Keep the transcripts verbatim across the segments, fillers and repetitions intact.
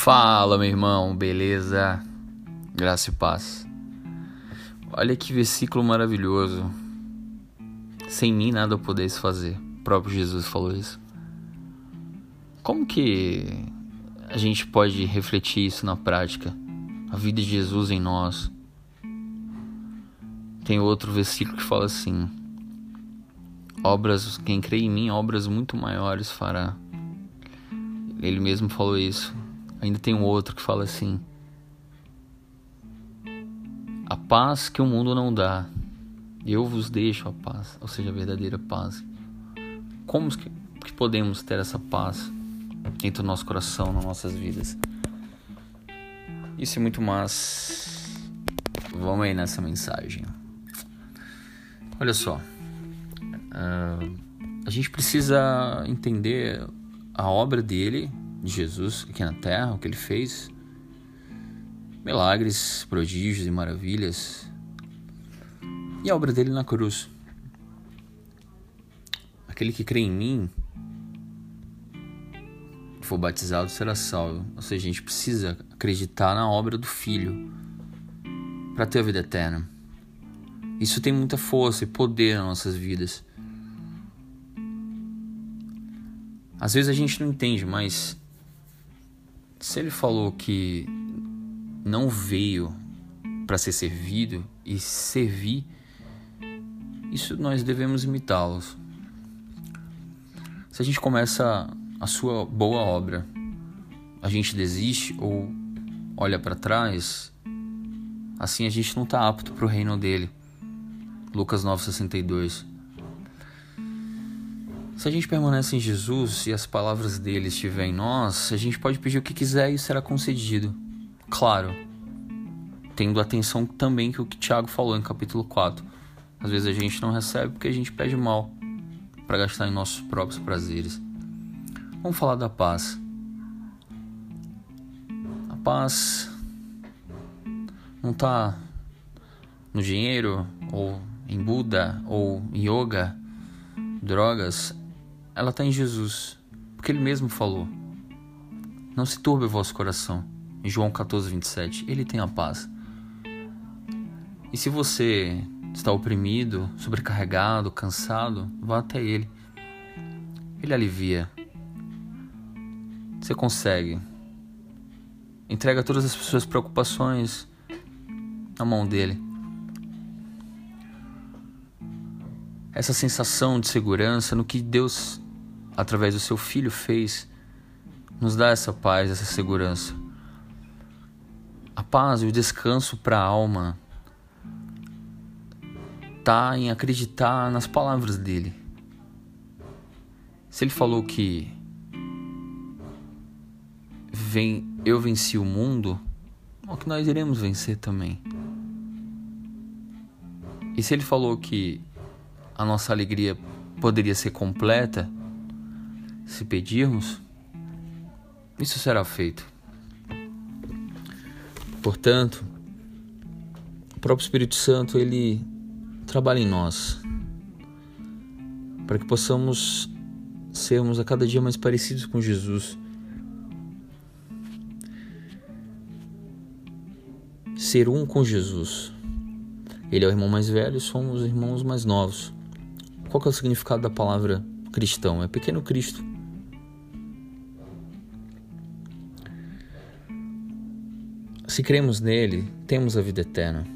Fala, meu irmão, beleza? Graça e paz. Olha que versículo maravilhoso. Sem mim nada podeis fazer. O próprio Jesus falou isso. Como que a gente pode refletir isso na prática? A vida de Jesus em nós. Tem outro versículo que fala assim: obras, quem crê em mim, obras muito maiores fará. Ele mesmo falou isso. Ainda tem um outro que fala assim: a paz que o mundo não dá, eu vos deixo a paz, ou seja, a verdadeira paz. Como que, que podemos ter essa paz dentro do nosso coração, nas nossas vidas? Isso é muito mais. Vamos aí nessa mensagem. Olha só, uh, a gente precisa entender a obra dele, de Jesus, aqui na terra, o que ele fez, milagres, prodígios e maravilhas, e a obra dele na cruz. Aquele que crê em mim, que for batizado, será salvo. Ou seja, a gente precisa acreditar na obra do Filho para ter a vida eterna. Isso tem muita força e poder nas nossas vidas. Às vezes a gente não entende, mas se ele falou que não veio para ser servido e servir, isso nós devemos imitá-los. Se a gente começa a sua boa obra, a gente desiste ou olha para trás, assim a gente não está apto para o reino dele. Lucas nove, sessenta e dois. Se a gente permanece em Jesus e as palavras dele estiverem em nós, a gente pode pedir o que quiser e será concedido. Claro, tendo atenção também que o que Tiago falou em capítulo quatro. Às vezes a gente não recebe porque a gente pede mal para gastar em nossos próprios prazeres. Vamos falar da paz. A paz não está no dinheiro, ou em Buda, ou em yoga, drogas. Ela está em Jesus, porque ele mesmo falou: não se turbe o vosso coração. Em João catorze, vinte e sete, ele tem a paz. E se você está oprimido, sobrecarregado, cansado, vá até ele. Ele alivia. Você consegue. Entrega todas as suas preocupações na mão dele. Essa sensação de segurança no que Deus, através do seu Filho, fez, nos dá essa paz, essa segurança. A paz e o descanso para a alma está em acreditar nas palavras dele. Se ele falou que vem, eu venci o mundo, é que nós iremos vencer também. E se ele falou que a nossa alegria poderia ser completa se pedirmos, isso será feito. Portanto, o próprio Espírito Santo, ele trabalha em nós para que possamos sermos a cada dia mais parecidos com Jesus. Ser um com Jesus. Ele é o irmão mais velho, somos os irmãos mais novos. Qual que é o significado da palavra cristão? É pequeno Cristo. Se cremos nele, temos a vida eterna.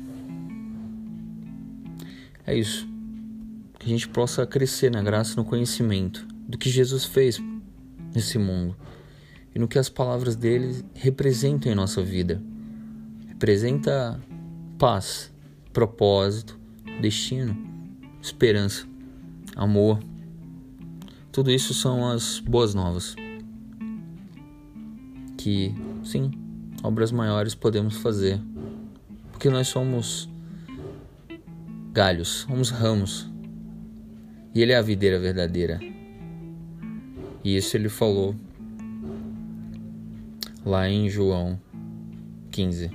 É isso. Que a gente possa crescer na graça e no conhecimento do que Jesus fez nesse mundo e no que as palavras dele representam em nossa vida. Representa paz, propósito, destino, esperança, amor. Tudo isso são as boas novas. Que, sim, obras maiores podemos fazer. Porque nós somos galhos, somos ramos. E ele é a videira verdadeira. E isso ele falou lá em João quinze.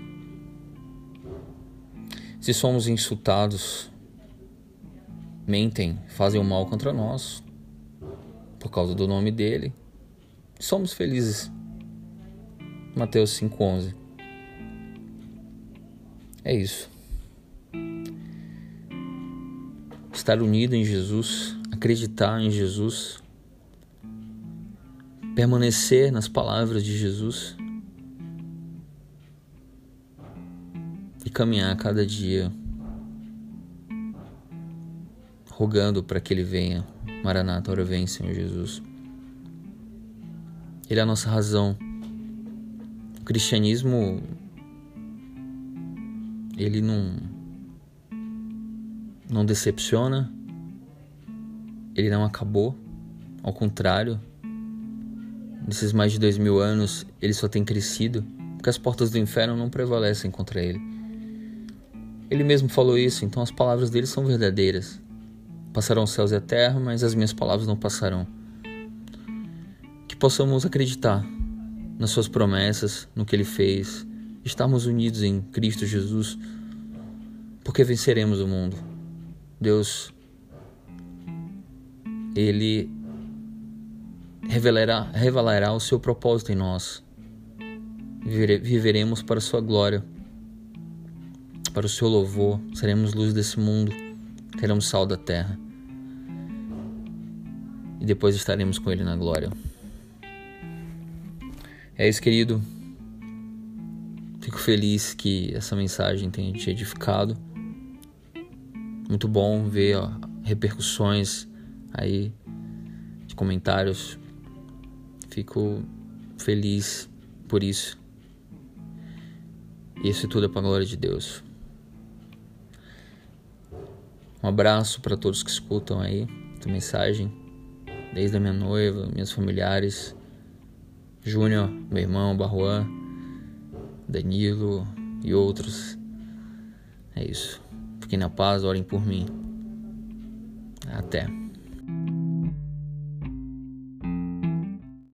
Se somos insultados, mentem, fazem o mal contra nós por causa do nome dele, somos felizes. Mateus cinco, onze. É isso. Estar unido em Jesus, acreditar em Jesus, permanecer nas palavras de Jesus e caminhar cada dia rogando para que Ele venha. Maranata, ora vem, Senhor Jesus. Ele é a nossa razão. O cristianismo, ele não, não decepciona, ele não acabou, ao contrário, nesses mais de dois mil anos, ele só tem crescido, porque as portas do inferno não prevalecem contra ele. Ele mesmo falou isso, então as palavras dele são verdadeiras. Passarão os céus e a terra, mas as minhas palavras não passarão. Que possamos acreditar nas suas promessas, no que Ele fez, estarmos unidos em Cristo Jesus, porque venceremos o mundo. Deus, Ele revelará, revelará o seu propósito em nós. Vivere, viveremos para a sua glória, para o seu louvor, seremos luz desse mundo, seremos sal da terra. E depois estaremos com Ele na glória. É isso, querido. Fico feliz que essa mensagem tenha te edificado. Muito bom ver ó, repercussões aí de comentários. Fico feliz por isso. Isso tudo é para a glória de Deus. Um abraço para todos que escutam aí essa mensagem, desde a minha noiva, meus familiares, Júnior, meu irmão, Barruan, Danilo e outros. É isso. Fiquem na paz, orem por mim. Até.